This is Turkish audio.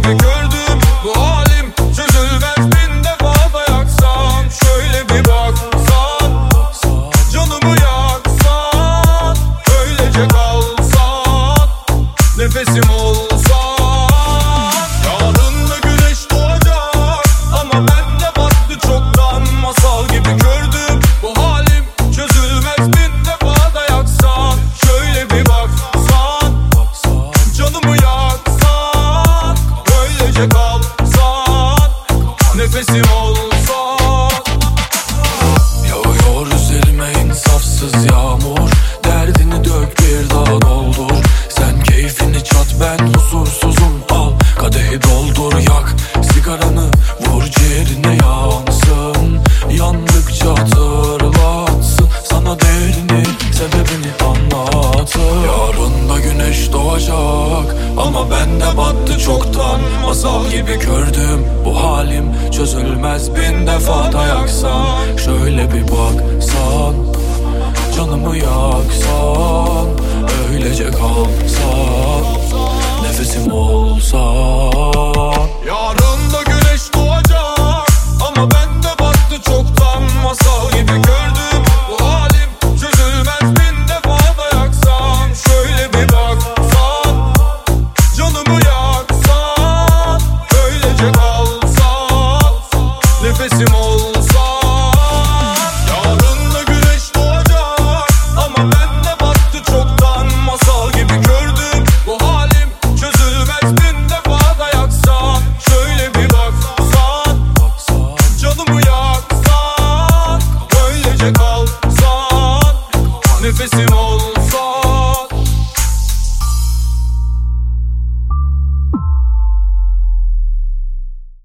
gibi gördüm. Bu halim çözülmez, bin defa da yaksan. Şöyle bir baksan, canımı yaksan, öylece kalsan, nefesim olsan. Yarın da güneş doğacak ama bende battı çoktan. Masal gibi gördüm, bu halim çözülmez, bin defa da yaksan. Şöyle bir baksan, canımı yaksan, öylece kalsan, nefesim olsan. Yağıyor üzerime insafsız yağmur, derdini dök bir daha doldur. Sen keyfini çat, ben huzursuzum, al kadehi doldur. Yak sigaranı, vur ciğerine yansın, yandıkça hatırlatsın sana değerini, sebebini anlatın. Yarın da güneş doğacak ama bende battı çoktan. Masal gibi gördüm, bu halim çözülmez, bin defa da yaksan. Şöyle bir baksan, canımı yaksan, öylece kalsan, nefesim olsan. Yarın da güneş doğacak ama bende battı çoktan. Masal gibi gördüm, bu halim çözülmez, bin defa da yaksan. Şöyle bir baksan, canımı yaksan, öylece kalsan, nefesim olsan. Yarın da güneş doğacak ama bende battı çoktan. Masal gibi gördüm, bu halim çözülmez, bin defa da yaksan. Şöyle bir baksan, canımı yaksan, öylece kalsan, nefesim olsan.